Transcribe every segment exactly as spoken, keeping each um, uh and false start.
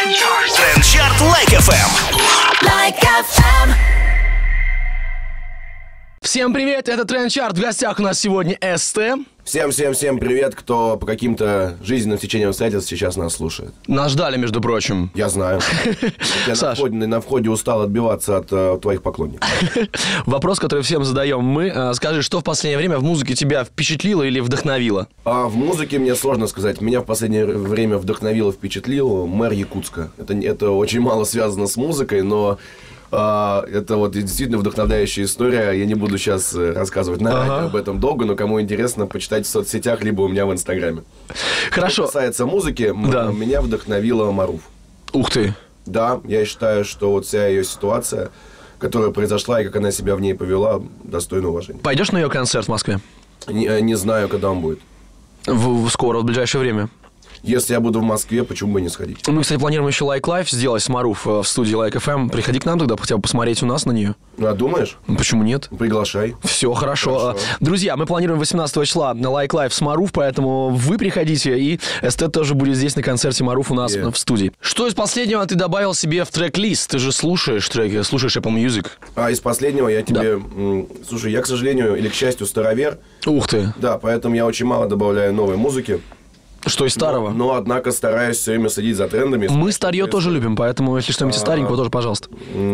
Трендчарт Лайк эф эм. Лайк эф эм. Всем привет, это Трендчарт. В гостях у нас сегодня СТ. Всем-всем-всем привет, кто по каким-то жизненным течениям обстоятельств сейчас нас слушает. Нас ждали, между прочим. Я знаю. Я на входе, на входе устал отбиваться от uh, твоих поклонников. Вопрос, который всем задаем мы. А, скажи, что в последнее время в музыке тебя впечатлило или вдохновило? А в музыке мне сложно сказать. Меня в последнее время вдохновило, впечатлил мэр Якутска. Это, это очень мало связано с музыкой, но... Uh, это вот действительно вдохновляющая история. Я не буду сейчас рассказывать на радио ага. об этом долго, но кому интересно, почитайте в соцсетях, либо у меня в Инстаграме. Хорошо. Что касается музыки, да. м- меня вдохновила Марув. Ух ты. Да, я считаю, что вот вся ее ситуация, которая произошла, и как она себя в ней повела, достойна уважения. Пойдешь на ее концерт в Москве? Не, не знаю, когда он будет. В, в скоро, в ближайшее время. Если я буду в Москве, почему бы не сходить? Мы, кстати, планируем еще Like Life сделать с Марув в студии Лайк эф эм. Приходи к нам тогда, хотя бы посмотреть у нас на нее. А думаешь? Почему нет? Приглашай. Все хорошо. Хорошо. Друзья, мы планируем восемнадцатого числа на Like Life с Марув, поэтому вы приходите, и Эстет тоже будет здесь на концерте Марув у нас yeah. в студии. Что из последнего ты добавил себе в трек-лист? Ты же слушаешь треки, слушаешь Apple Music. А из последнего я тебе... Да. М- слушай, я, к сожалению, или к счастью, старовер. Ух ты. Да, поэтому я очень мало добавляю новой музыки. Что из старого? Но, но, однако, стараюсь все время следить за трендами. Мы старье тоже любим, поэтому, если что-нибудь из старенького, тоже, пожалуйста.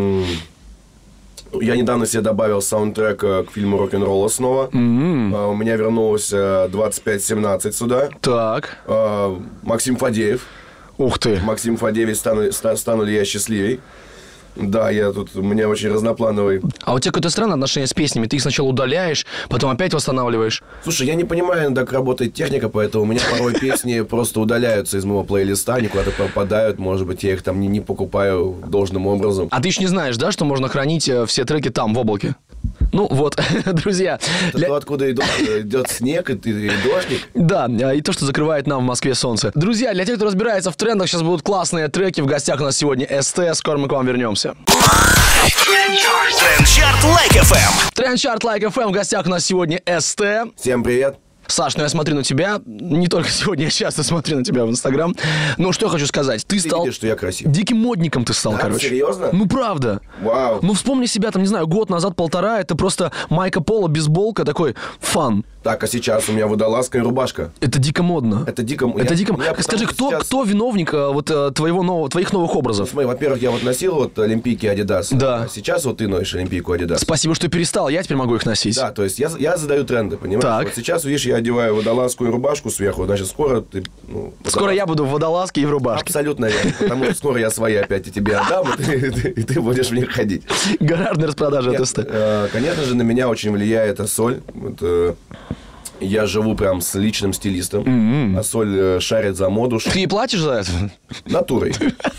Я недавно себе добавил саундтрек к фильму «Рок-н-ролла» снова. Mm-hmm. У меня вернулось двадцать пять семнадцать сюда. Так. Максим Фадеев. Ух ты. Максим Фадеев, стану, стану ли я счастливей. Да, я тут, у меня очень разноплановый. А у тебя какое-то странное отношение с песнями. Ты их сначала удаляешь, потом опять восстанавливаешь. Слушай, я не понимаю иногда, как работает техника, поэтому у меня порой песни просто удаляются из моего плейлиста, они куда-то пропадают, может быть, я их там не, не покупаю должным образом. А ты еще не знаешь, да, что можно хранить все треки там, в облаке? Ну вот, друзья. Это для... то, откуда идет, идет снег и, и дождик. Да, и то, что закрывает нам в Москве солнце. Друзья, для тех, кто разбирается в трендах, сейчас будут классные треки. В гостях у нас сегодня СТ. Скоро мы к вам вернемся. Трендчарт Лайк эф эм. Трендчарт Лайк эф эм. В гостях у нас сегодня СТ. Всем привет. Саш, ну я смотрю на тебя, не только сегодня, я часто смотрю на тебя в Инстаграм. Ну, что я хочу сказать, ты, ты стал... видишь, что я красив. Диким модником ты стал, да, короче. Серьезно? Ну, правда. Вау. Ну, вспомни себя, там, не знаю, год назад, полтора, это просто майка пола, бейсболка, такой фан. Так, а сейчас у меня водолазка и рубашка. Это дико модно. Это дико... Это я... дико... Я Скажи, кто, сейчас... кто виновник вот твоего нового, твоих новых образов? Смотри, во-первых, я вот носил вот олимпийки Adidas. Да. А сейчас вот ты носишь олимпийку Adidas. Спасибо, что перестал, я теперь могу их носить. Да, то есть я, я задаю тренды, понимаешь? Так. Вот сейчас, видишь, я одеваю водолазку и рубашку сверху, значит, скоро ты... Ну, скоро водолаз... я буду в водолазке и в рубашке. Абсолютно верно, потому что скоро я свои опять и тебе отдам, и ты, и ты, и ты будешь в них ходить. Гаражные распродажи от СТ. Э, конечно же, на меня очень влияет Ассоль. Вот, э, я живу прям с личным стилистом. Mm-hmm. Ассоль э, шарит за моду. Ты ей платишь за это? Натурой.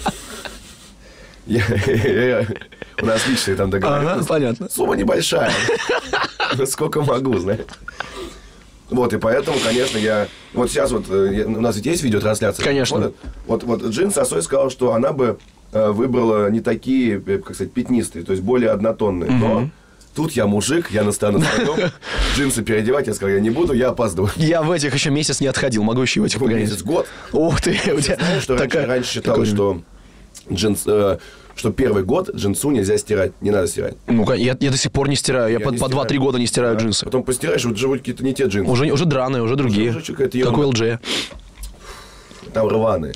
У нас личные там договоренности. Ага, понятно. Сумма небольшая. Сколько могу, знаешь. Вот, и поэтому, конечно, я... Вот сейчас вот... Я, у нас ведь есть видеотрансляция? Конечно. Вот, вот джинсы Ассоль сказал, что она бы э, выбрала не такие, как сказать, пятнистые, то есть более однотонные. Mm-hmm. Но тут я мужик, я настану своем. Джинсы переодевать, я сказал, я не буду, я опаздываю. Я в этих еще месяц не отходил, могу еще в этих погонять. Месяц, год. Ух ты. У тебя знаешь, что такая... раньше, раньше считалось, что джинс... Э, что первый год джинсу нельзя стирать, не надо стирать. Ну-ка, я, я до сих пор не стираю, я, я по, по два-три года не стираю да. джинсы. Потом постираешь, вот живут какие-то не те джинсы. Уже, уже драные, уже другие. Уже, уже как у эл джей. Там рваные.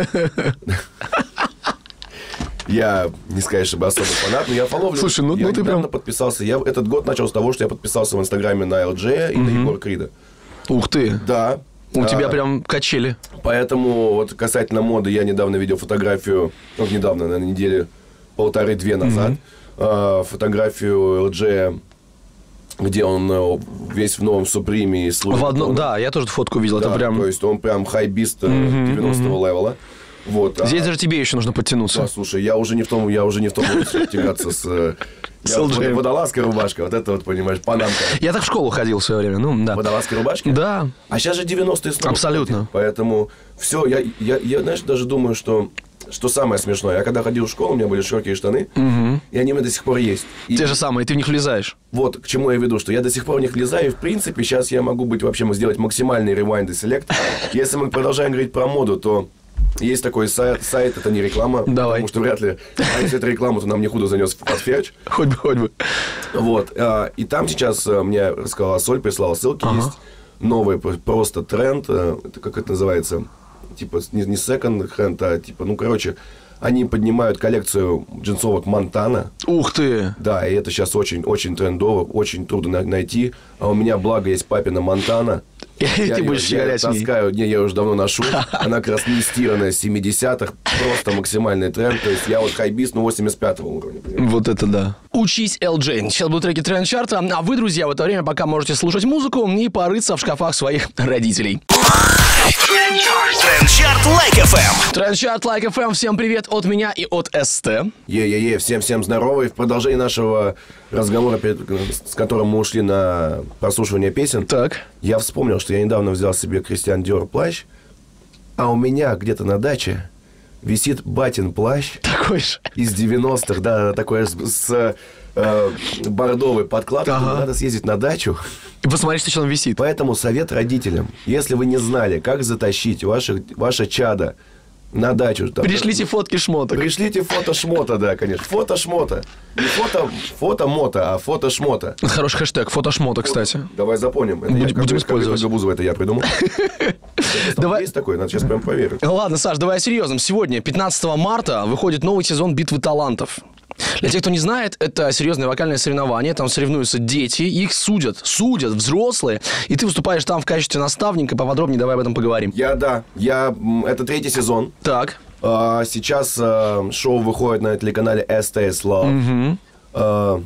Я, не сказать, чтобы особо фанат, но я фоловлю. Слушай, ну, я ну ты прям... подписался. Я этот год начал с того, что я подписался в Инстаграме на эл джей и на Егора Крида. Ух ты. Да. У а, тебя прям качели. Поэтому вот касательно моды, я недавно видел фотографию, ну, недавно, на неделе полторы-две назад, mm-hmm. а, фотографию эл джей, где он весь в новом Суприме. В одном, да, я тоже фотку видел. Да, это прям... то есть он прям хайбист mm-hmm, девяностого mm-hmm. левела. Вот, Здесь а... даже тебе еще нужно подтянуться. Да, слушай, я уже не в том, я уже не в том возрасте тягаться с... С эл джей. Водолазка, рубашка, вот это вот, понимаешь, панамка. Я так в школу ходил в свое время, ну, да. Водолазка, рубашки? Да. А сейчас же девяностые снова. Абсолютно. Ходят. Поэтому все, я, я, я, знаешь, даже думаю, что... Что самое смешное, я когда ходил в школу, у меня были широкие штаны, угу. и они у меня до сих пор есть. И те же самые, ты в них влезаешь. Вот к чему я веду, что я до сих пор в них влезаю, и в принципе сейчас я могу быть вообще сделать максимальный ревайнд и селект. Если мы продолжаем говорить про моду, то Есть такой сайт, сайт, это не реклама, Давай. потому что вряд ли, а если это реклама, то нам не худо занес под ферч. Хоть бы, хоть бы. Вот, а, и там сейчас а, мне рассказала Соль, прислала ссылки, Ага. есть новый просто тренд, а, это как это называется, типа не, не second-hand, а типа, ну, короче, они поднимают коллекцию джинсовок Монтана. Ух ты! Да, и это сейчас очень-очень трендово, очень трудно на- найти. А у меня, благо, есть папина Монтана. И ты её- будешь я её щеголять с ней. таскаю, не, я ее уже давно ношу. Она как раз не стиранная с семидесятых, просто максимальный тренд. То есть я вот хайбист, ну, восемьдесят пятого уровня. понимаешь? Вот это да. Учись, эл джей. Сейчас будут треки тренд-чарта, а вы, друзья, в это время пока можете слушать музыку и порыться в шкафах своих родителей. Трендчарт Лайк эф эм. Тренд-чарт Лайк эф эм. Всем привет от меня и от эс тэ. Е-е-е, всем-всем здорово. И в продолжении нашего разговора, перед- с которым мы ушли на прослушивание песен, Так. я вспомнил, что я недавно взял себе Кристиан Диор плащ, а у меня где-то на даче висит батин плащ Такой же. из девяностых, да, такой с, с, э, бордовой подкладкой. Ага. Надо съездить на дачу. И посмотрите, что он висит. Поэтому совет родителям. Если вы не знали, как затащить ваше, ваше чадо на дачу. Там, Пришлите фотки шмоток. Пришлите фото шмота, да, конечно. Фото шмота. Не фото, фото мота, а фото шмота. Это хороший хэштег. Фотошмота, кстати. Давай запомним. Это Будем- я, как- будем как использовать. Ольга Бузова, это я придумал. Давай. Есть такой, надо сейчас прям проверить. Ладно, Саш, давай о серьезном. Сегодня, пятнадцатого марта, выходит новый сезон «Битвы талантов». Для тех, кто не знает, это серьезное вокальное соревнование. Там соревнуются дети, их судят, судят взрослые. И ты выступаешь там в качестве наставника. Поподробнее давай об этом поговорим. Я, да, я, м, это третий сезон. Так. А, Сейчас а, шоу выходит на телеканале эс ти эс Love. А,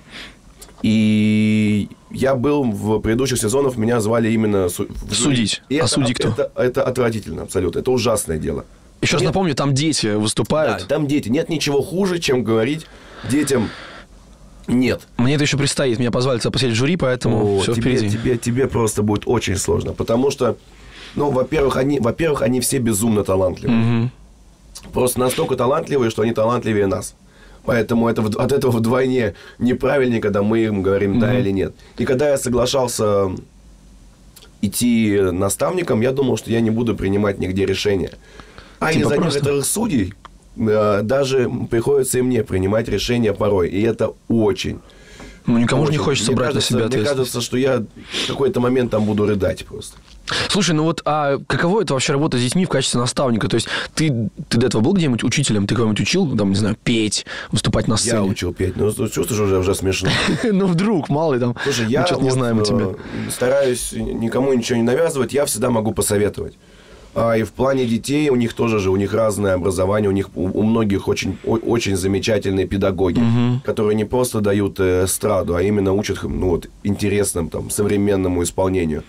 И я был в предыдущих сезонах, меня звали именно су- в жюри. Судить. И А это, судьи кто? Это, это отвратительно, абсолютно. Это ужасное дело. Еще раз Нет. напомню, там дети Да, выступают. там дети. Нет ничего хуже, чем говорить детям нет. Мне это еще предстоит. Меня позвали туда посидеть в жюри, поэтому О, все тебе, впереди. тебе, тебе просто будет очень сложно. Потому что, ну, во-первых, они, во-первых, они все безумно талантливые. Просто настолько талантливые, что они талантливее нас. Поэтому это, в- от этого вдвойне неправильнее, когда мы им говорим да или нет. И когда я соглашался идти наставником, я думал, что я не буду принимать нигде решения. А Типа из-за просто? некоторых судей э, даже приходится и мне принимать решения порой. И это очень... Ну, никому же не очень- хочется мне брать кажется, на себя Мне ответственность. кажется, что я в какой-то момент там буду рыдать просто. Слушай, ну вот, а каково это вообще работать с детьми в качестве наставника? То есть ты, ты до этого был где-нибудь учителем? Ты кого-нибудь учил, там, не знаю, петь, выступать на Я сцене? учил петь, но чувствуешь, уже, уже смешно. Ну, вдруг, мало ли там. Слушай, мы я что-то не вот, знаем о тебе. э, стараюсь никому ничего не навязывать, я всегда могу посоветовать. А, и в плане детей у них тоже же, у них разное образование, у них у, у многих очень, о- очень замечательные педагоги, которые не просто дают э, эстраду, а именно учат ну, вот, интересному, там, современному исполнению.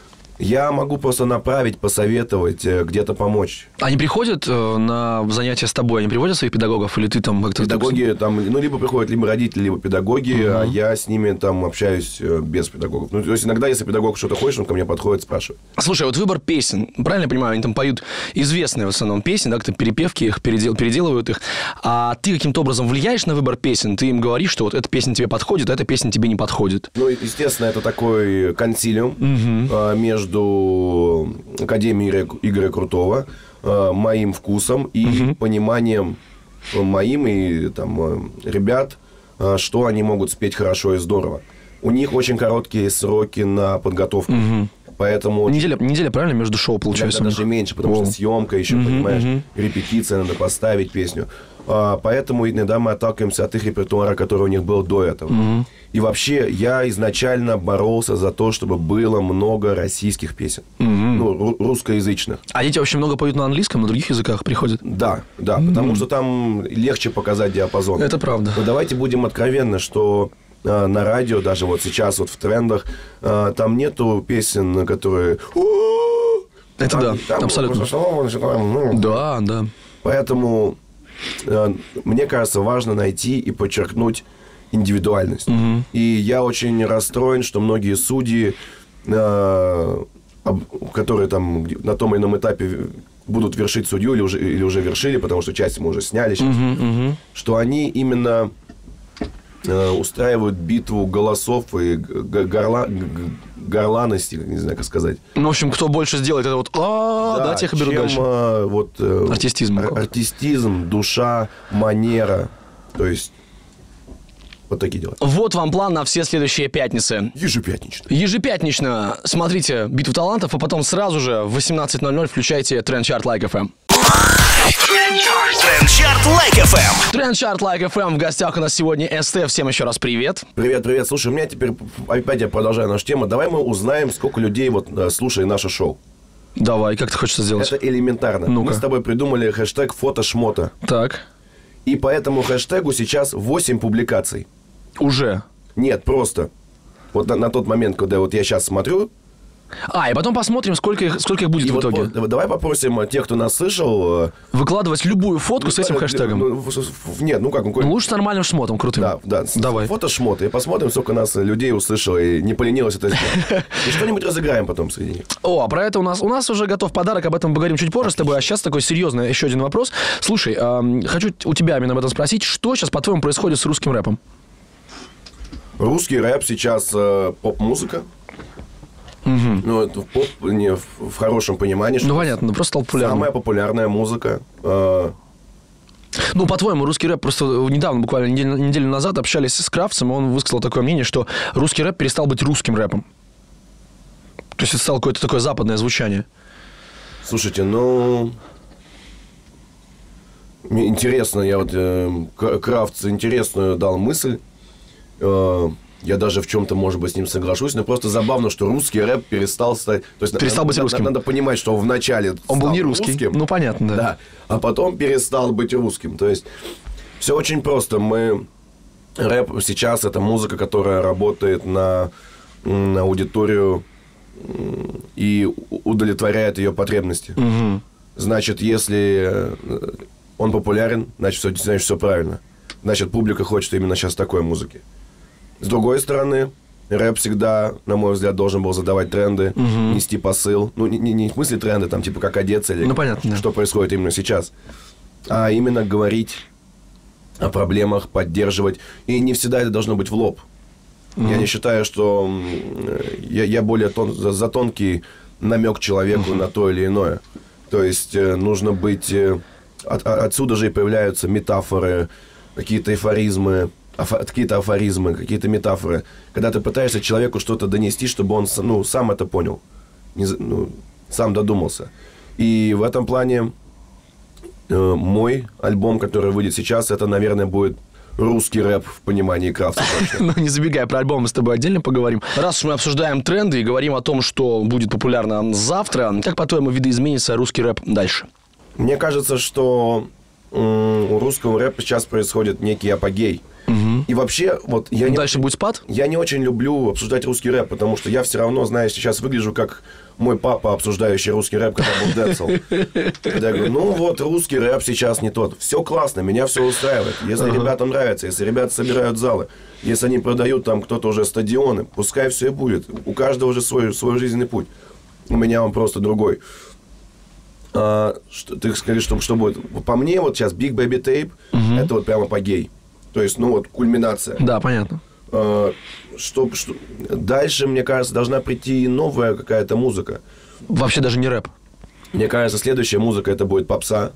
Я могу просто направить, посоветовать, э, где-то помочь. Они приходят э, на занятия с тобой, они приводят своих педагогов, или ты там как-то... Педагоги там, ну, либо приходят, либо родители, либо педагоги, а я с ними там общаюсь э, без педагогов. Ну, то есть иногда, если педагог что-то хочет, он ко мне подходит, спрашивает. Слушай, вот выбор песен, правильно я понимаю, они там поют известные в основном песни, да, как-то перепевки их, передел, переделывают их, а ты каким-то образом влияешь на выбор песен, ты им говоришь, что вот эта песня тебе подходит, а эта песня тебе не подходит. Ну, естественно, это такой консилиум э, между Академией Игоря- Игоря Крутого, э, моим вкусом и пониманием э, моим и там э, ребят, э, что они могут спеть хорошо и здорово. У них очень короткие сроки на подготовку. Поэтому Неделя, неделя, правильно, между шоу получается? иногда у них? даже меньше, потому О. что съемка еще, понимаешь, репетиция, надо поставить песню. А, поэтому иногда мы отталкиваемся от их репертуара, который у них был до этого. И вообще, я изначально боролся за то, чтобы было много российских песен. Ну, ру- русскоязычных. А дети вообще много поют на английском, на других языках приходят? Да, да, потому что там легче показать диапазон. Это правда. Но давайте будем откровенны, что э, на радио, даже вот сейчас вот в трендах, э, там нету песен, которые... Это да, абсолютно. Ну, Да, да. Поэтому, э, мне кажется, важно найти и подчеркнуть индивидуальность. И я очень расстроен, что многие судьи, э, об- которые там где- на том или ином этапе будут вершить судью или уже, или уже вершили, потому что часть мы уже сняли сейчас, что они именно э, устраивают битву голосов и г- г- горла- г- г- горланности, не знаю, как сказать. Ну, в общем, кто больше сделает, это вот, а, да, тех и берут чем, дальше. а, вот, э, Артистизм. ар- артистизм, душа, манера. То есть, вот такие дела. Вот вам план на все следующие пятницы. Ежепятнично. Ежепятнично смотрите «Битву талантов», а потом сразу же в восемнадцать ноль ноль включайте Трендчарт Лайк эф эм. Трендчарт Лайк эф эм. Трендчарт Лайк эф эм. В гостях у нас сегодня СТ. Всем еще раз привет. Привет, привет. Слушай, у меня теперь, опять я продолжаю нашу тему. Давай мы узнаем, сколько людей вот э, слушает наше шоу. Давай, как ты хочешь это сделать? Это элементарно. Ну-ка. Мы с тобой придумали хэштег фотошмота. Так, И по этому хэштегу сейчас восемь публикаций. уже. Нет, просто. Вот на, на тот момент, когда вот я сейчас смотрю, А, и потом посмотрим, сколько их, сколько их будет и в вот итоге. по- давай попросим э, тех, кто нас слышал... э, Выкладывать любую фотку с этим э, хэштегом. ну, в- в- нет, ну как, ну, Ну, лучше с нормальным шмотом, крутым. да, да, с- Давай. фотошмоты. И посмотрим, сколько нас э, людей услышало и не поленилось это сделать. И что-нибудь разыграем потом среди них. О, а про это у нас у нас уже готов подарок, об этом поговорим чуть позже с тобой. А сейчас такой серьезный еще один вопрос. Слушай, эм, хочу у тебя именно об этом спросить. Что сейчас, по-твоему, происходит с русским рэпом? Русский рэп сейчас э, поп-музыка. Ну, это поп не в, в хорошем понимании, что Ну, понятно, ну, просто стал популярным. самая популярная музыка. Э, Ну, по-твоему, русский рэп, просто недавно, буквально неделю, неделю назад общались с Кравцем, и он высказал такое мнение, что русский рэп перестал быть русским рэпом. То есть это стало какое-то такое западное звучание. слушайте, ну... Мне интересно, я вот... Э, К- Кравц интересную дал мысль. Э, я даже в чем-то, может быть, с ним соглашусь, но просто забавно, что русский рэп перестал стать... То есть Перестал надо, быть русским. Надо, надо понимать, что вначале Он был стал не русский. русским, Ну, понятно, да. да, а потом перестал быть русским. То есть все очень просто. Мы... Рэп сейчас это музыка, которая работает на, м, на аудиторию м, и у- удовлетворяет ее потребности. Значит, если э, он популярен, значит, все, значит, все правильно. Значит, публика хочет именно сейчас такой музыки. С другой стороны, рэп всегда, на мой взгляд, должен был задавать тренды, нести посыл. Ну, не, не- не в смысле тренды, там, типа, как одеться или Ну, понятно, да. что происходит именно сейчас. А именно говорить о проблемах, поддерживать. И не всегда это должно быть в лоб. Я не считаю, что м, э, я, я более тон, за, за тонкий намек человеку на то или иное. То есть э, нужно быть... э, от- от- отсюда же и появляются метафоры, какие-то эйфоризмы, афо- какие-то афоризмы, какие-то метафоры. Когда ты пытаешься человеку что-то донести, чтобы он с- ну, сам это понял, не за- ну, сам додумался. И в этом плане э, мой альбом, который выйдет сейчас, это, наверное, будет русский рэп в понимании Кравца. точно. Ну, не забегая про альбом, мы с тобой отдельно поговорим. Раз уж мы обсуждаем тренды и говорим о том, что будет популярно завтра, как, по-твоему, видоизменится русский рэп дальше? Мне кажется, что м, у русского рэпа сейчас происходит некий апогей. И вообще, вот я не, Дальше будет спад? я не очень люблю обсуждать русский рэп, потому что я все равно, знаешь, сейчас выгляжу как мой папа, обсуждающий русский рэп, когда был Децл. Когда я говорю, ну вот, русский рэп сейчас не тот. Все классно, меня все устраивает. Если ребятам нравится, если ребята собирают залы, если они продают там кто-то уже стадионы, пускай все и будет. У каждого же свой, свой жизненный путь. У меня он просто другой. А, что, ты скажи, что, что будет? По мне, вот сейчас Big Baby Tape, это вот прямо апогей. То есть, ну вот, кульминация. Да, понятно. А, что, что... Дальше, мне кажется, должна прийти новая какая-то музыка. Вообще даже не рэп. Мне кажется, следующая музыка это будет попса.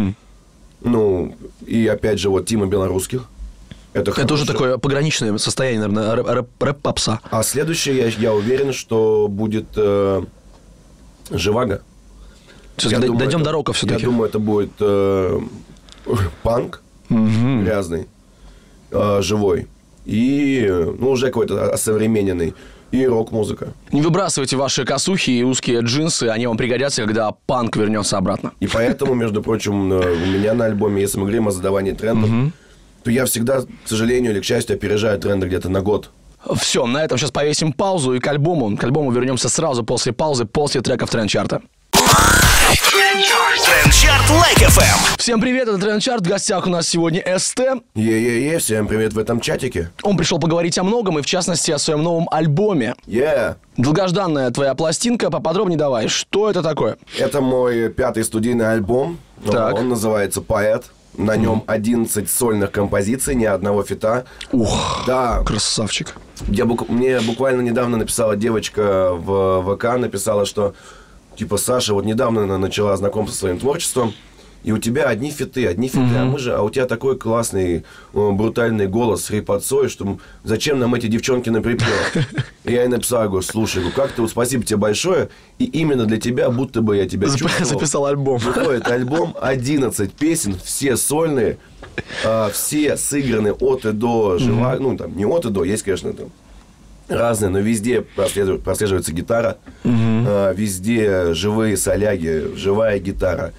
Ну, и опять же, вот Тима Белорусских. Это, Это уже хорошее. такое пограничное состояние, наверное, рэп- рэп- рэп-попса. А следующее, я, я уверен, что будет э, Живаго. Сейчас Я д- думаю, дойдем это- до рока все-таки. Я думаю, это будет э, панк грязный, э, живой. И, э, ну, уже какой-то осовремененный. И рок-музыка. Не выбрасывайте ваши косухи и узкие джинсы, они вам пригодятся, когда панк вернется обратно. И поэтому, между прочим, э, у меня на альбоме, если мы говорим о задавании трендов, то я всегда, к сожалению или к счастью, опережаю тренды где-то на год. Все, на этом сейчас повесим паузу и к альбому. К альбому вернемся сразу после паузы, после треков Трендчарта. Трендчарт Лайк эф эм. Всем привет, это Трендчарт. В гостях у нас сегодня СТ. Е-е-е, всем привет в этом чатике. Он пришел поговорить о многом, и в частности о своем новом альбоме. Е, Долгожданная твоя пластинка, поподробнее давай. Что это такое? это мой пятый студийный альбом. Так. Он называется «Поэт». На нем одиннадцать сольных композиций, ни одного фита. Ух, да. Красавчик. Я бук... Мне буквально недавно написала девочка в ВК, написала, что типа, Саша, вот недавно она начала знакомство со своим творчеством, и у тебя одни фиты, одни фиты, mm-hmm. а мы же, а у тебя такой классный, брутальный голос с хрипотцой, что зачем нам эти девчонки на припев? И я ей написал, говорю, слушай, говорю, как ты, спасибо тебе большое, и именно для тебя, будто бы я тебя чувствовал. Записал альбом. Выходит альбом, одиннадцать песен, все сольные, а, все сыграны от и до, жива, mm-hmm. ну, там, не от и до, есть, конечно, там, разные, но везде прослеживается, прослеживается гитара, mm-hmm. а, везде живые соляги, живая гитара.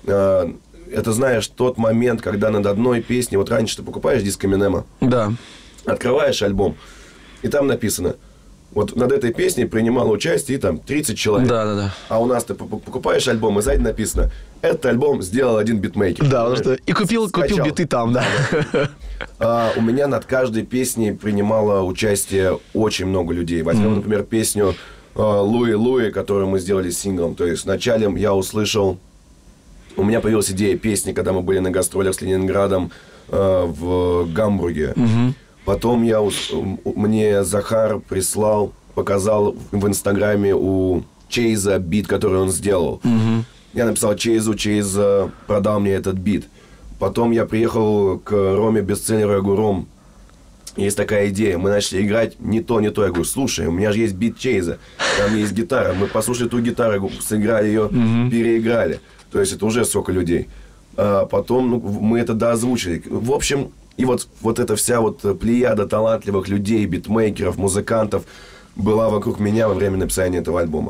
Это, знаешь, тот момент, когда над одной песней... Вот раньше ты покупаешь диск Эминема. Да. Открываешь альбом, и там написано... Вот над этой песней принимало участие там тридцать человек. Да, да, да. А у нас ты покупаешь альбом, и сзади написано... Этот альбом сделал один битмейкер. Да, потому что... И купил, купил биты там, да. да. А, у меня над каждой песней принимало участие очень много людей. Возьмем, mm-hmm. например, песню «Луи Луи», которую мы сделали синглом. То есть вначале я услышал... У меня появилась идея песни, когда мы были на гастролях с Ленинградом э, в Гамбурге. Угу. Потом я, мне Захар прислал, показал в Инстаграме у Чейза бит, который он сделал. Угу. Я написал Чейзу, Чейз продал мне этот бит. Потом я приехал к Роме Бестселлеру, я говорю, Ром, есть такая идея, мы начали играть не то, не то. Я говорю, слушай, у меня же есть бит Чейза, там есть гитара. Мы послушали ту гитару, сыграли ее, угу. переиграли. То есть это уже сколько людей. А потом ну, мы это доозвучили. В общем, и вот, вот эта вся вот плеяда талантливых людей, битмейкеров, музыкантов была вокруг меня во время написания этого альбома.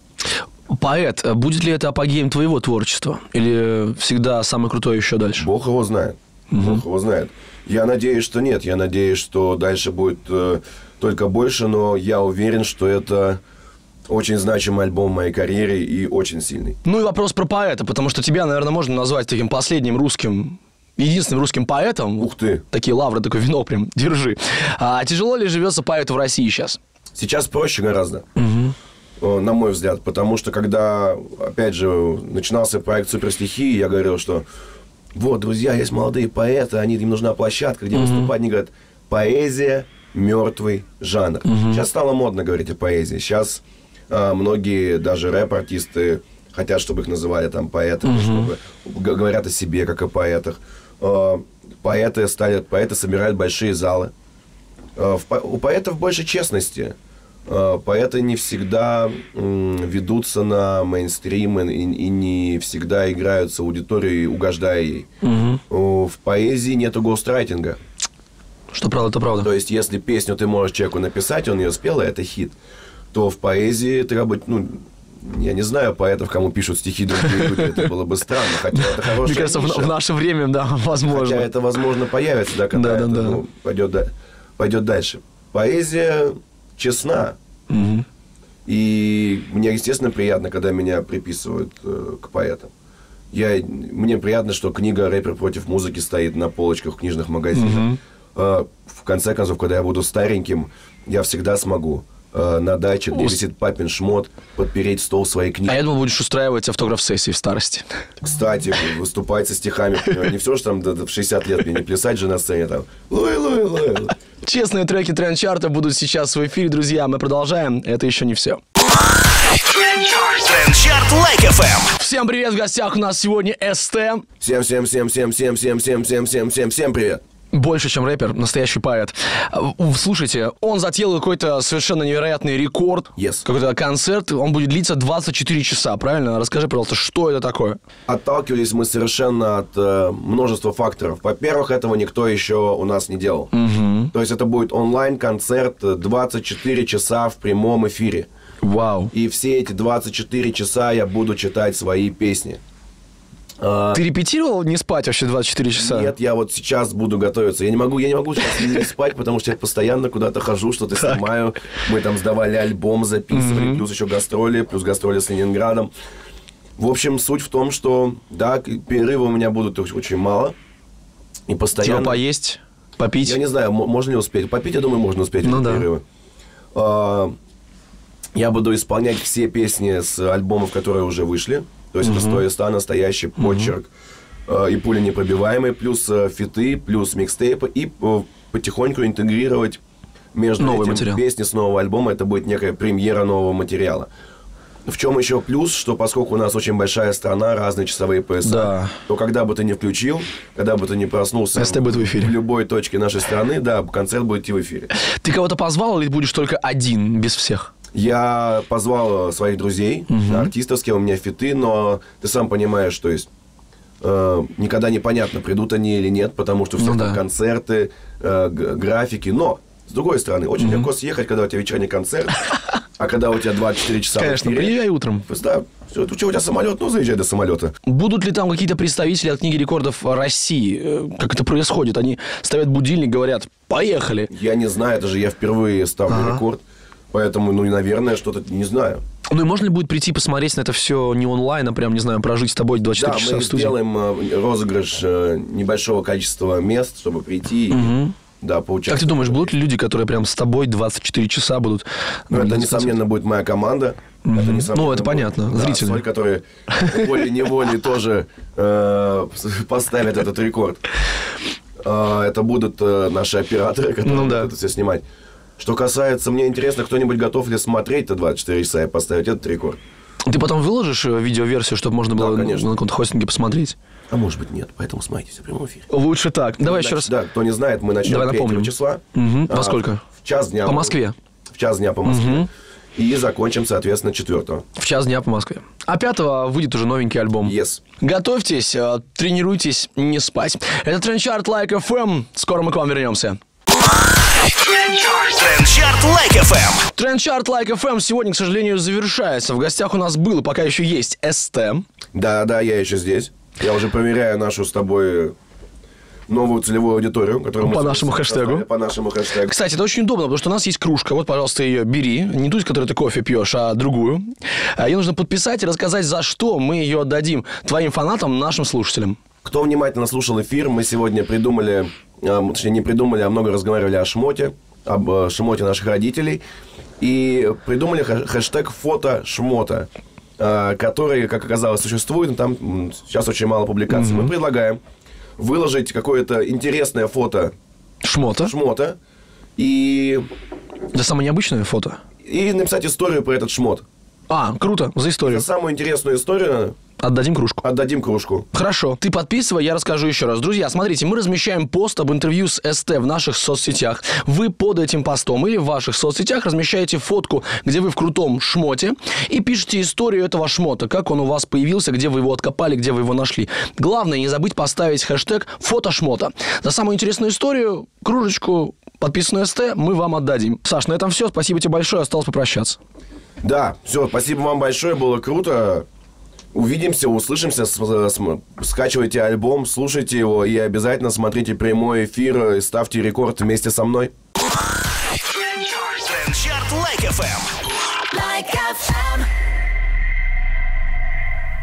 Поэт, будет ли это апогеем твоего творчества? Или всегда самое крутое еще дальше? Бог его знает. Угу. Бог его знает. Я надеюсь, что нет. Я надеюсь, что дальше будет э, только больше, но я уверен, что это... Очень значимый альбом в моей карьере и очень сильный. Ну и вопрос про поэта, потому что тебя, наверное, можно назвать таким последним русским, единственным русским поэтом. Ух ты! Такие лавры, такой венок прям, держи. А тяжело ли живется поэту в России сейчас? Сейчас проще гораздо, угу. на мой взгляд. Потому что когда, опять же, начинался проект «Суперстихии», я говорил, что вот, друзья, есть молодые поэты, они, им нужна площадка, где угу. выступать. Они говорят, поэзия – мертвый жанр. Угу. Сейчас стало модно говорить о поэзии. Сейчас... А, многие даже рэп-артисты хотят, чтобы их называли там поэтами, mm-hmm. чтобы говорят о себе как о поэтах. А, поэты стали, поэты собирают большие залы. А, в, у поэтов больше честности. А, поэты не всегда м, ведутся на мейнстрим и, и не всегда играют с аудиторией, угождая ей. Mm-hmm. В поэзии нету гострайтинга. Что правда, то правда. То есть, если песню ты можешь человеку написать, он ее спел, и это хит. То в поэзии ты как бы, ну, я не знаю поэтов, кому пишут стихи другие люди, это было бы странно, хотя это хорошая Мне кажется, ниша. В, в наше время, да, возможно. Хотя это, возможно, появится, да, когда да, это да, ну, да. пойдет, пойдет дальше. Поэзия честна. Угу. И мне, естественно, приятно, когда меня приписывают э, к поэтам. Я, мне приятно, что книга «Рэпер против музыки» стоит на полочках в книжных магазинах. Угу. Э, в конце концов, когда я буду стареньким, я всегда смогу на даче, где висит папин шмот, подпереть стол своей книги. А я думал, будешь устраивать автограф-сессии в старости. Кстати, выступать со стихами. Не все, что там в шестьдесят лет мне не плясать же на сцене там. Луи, луи, луи. Честные треки Тренд-чарта будут сейчас в эфире, друзья. Мы продолжаем. Это еще не все. Тренд-чарт Лайк эф эм. Всем привет, в гостях у нас сегодня эс тэ. Всем, всем, всем, всем, всем, всем, всем, всем, всем, всем, всем привет. Больше, чем рэпер, настоящий поэт. Слушайте, он затеял какой-то совершенно невероятный рекорд. Yes. Какой-то концерт, он будет длиться двадцать четыре часа, правильно? Расскажи, пожалуйста, что это такое? Отталкивались мы совершенно от э, множества факторов. Во-первых, этого никто еще у нас не делал. Угу. То есть это будет онлайн-концерт двадцать четыре часа в прямом эфире. Вау. И все эти двадцать четыре часа я буду читать свои песни. Ты репетировал не спать вообще двадцать четыре часа? Нет, я вот сейчас буду готовиться. Я не могу, я не могу сейчас не спать, потому что я постоянно куда-то хожу, что-то так. снимаю. Мы там сдавали альбом, записывали, mm-hmm. плюс еще гастроли, плюс гастроли с Ленинградом. В общем, суть в том, что, да, перерывы у меня будут очень мало. И постоянно... Типа поесть, попить? Я не знаю, можно ли успеть. Попить, я думаю, можно успеть ну, в да. перерывы. А, я буду исполнять все песни с альбомов, которые уже вышли. То есть, mm-hmm. это «Сто и ста», «Настоящий», «Почерк», и пуленепробиваемый, плюс фиты, плюс микстейпы, и потихоньку интегрировать между новый этим материал. Песни с нового альбома. Это будет некая премьера нового материала. В чем еще плюс, что поскольку у нас очень большая страна, разные часовые пояса, да. то когда бы ты ни включил, когда бы ты ни проснулся СТ будет в эфире. В любой точке нашей страны, да, концерт будет идти в эфире. Ты кого-то позвал или будешь только один, без всех? Я позвал своих друзей, угу. артистов, с кем у меня фиты, но ты сам понимаешь, что есть э, никогда непонятно, придут они или нет, потому что все ну, там да. концерты, э, г- графики, но с другой стороны, очень угу. легко съехать, когда у тебя вечерний концерт. А когда у тебя двадцать четыре часа... Конечно, приезжай утром. Да, все, у тебя самолет, ну, заезжай до самолета. Будут ли там какие-то представители от Книги рекордов России? Как это происходит? Они ставят будильник, говорят, поехали. Я не знаю, это же я впервые ставлю ага. рекорд. Поэтому, ну, наверное, что-то не знаю. Ну, и можно ли будет прийти посмотреть на это все не онлайн, а прям, не знаю, прожить с тобой двадцать четыре да, часа в студии? Да, мы сделаем розыгрыш небольшого количества мест, чтобы прийти... Угу. Да, как ты думаешь, будут ли люди, которые прям с тобой двадцать четыре часа будут... Ну, это, несомненно, будет моя команда. Mm-hmm. Это, ну, это понятно, да, зрители. Соль, которые волей-неволей тоже э, поставят этот рекорд. Э, это будут э, наши операторы, которые ну, будут да. это все снимать. Что касается, мне интересно, кто-нибудь готов ли смотреть-то двадцать четыре часа и поставить этот рекорд. Ты потом выложишь видеоверсию, чтобы можно было да, на каком-то хостинге посмотреть? А может быть нет, поэтому смотрите в прямом эфире. Лучше так. Давай Значит, еще раз. Да, кто не знает, мы начнем третьего числа. Угу. А, во сколько? В час дня. По Москве? В час дня по Москве. Угу. И закончим, соответственно, четвертого. В час дня по Москве. А пятого выйдет уже новенький альбом. Yes. Готовьтесь, тренируйтесь не спать. Это Трендчарт Like эф эм. Скоро мы к вам вернемся. Трендчарт Like эф эм. Трендчарт Like эф эм сегодня, к сожалению, завершается. В гостях у нас был, пока еще есть, СТ. Да, да, я еще здесь. Я уже проверяю нашу с тобой новую целевую аудиторию, которую мы... По нашему хэштегу. По нашему хэштегу. Кстати, это очень удобно, потому что у нас есть кружка. Вот, пожалуйста, ее бери. Не ту, из которой ты кофе пьешь, а другую. Ее нужно подписать и рассказать, за что мы ее отдадим твоим фанатам, нашим слушателям. Кто внимательно слушал эфир, мы сегодня придумали, точнее, не придумали, а много разговаривали о шмоте, об шмоте наших родителей. И придумали хэштег «Фото шмота», который, как оказалось, существует, но там сейчас очень мало публикаций. Mm-hmm. Мы предлагаем выложить какое-то интересное фото шмота, шмота и... Это самое необычное фото? И написать историю про этот шмот. А, круто, за историю. За самую интересную историю... Отдадим кружку. Отдадим кружку. Хорошо. Ты подписывай, я расскажу еще раз. Друзья, смотрите, мы размещаем пост об интервью с СТ в наших соцсетях. Вы под этим постом или в ваших соцсетях размещаете фотку, где вы в крутом шмоте, и пишите историю этого шмота, как он у вас появился, где вы его откопали, где вы его нашли. Главное, не забыть поставить хэштег «фотошмота». За самую интересную историю, кружечку, подписанную СТ, мы вам отдадим. Саш, на этом все. Спасибо тебе большое. Осталось попрощаться. Да, все, спасибо вам большое, было круто. Увидимся, услышимся, скачивайте альбом, слушайте его и обязательно смотрите прямой эфир и ставьте рекорд вместе со мной. Трендчарт Like эф эм. Like эф эм.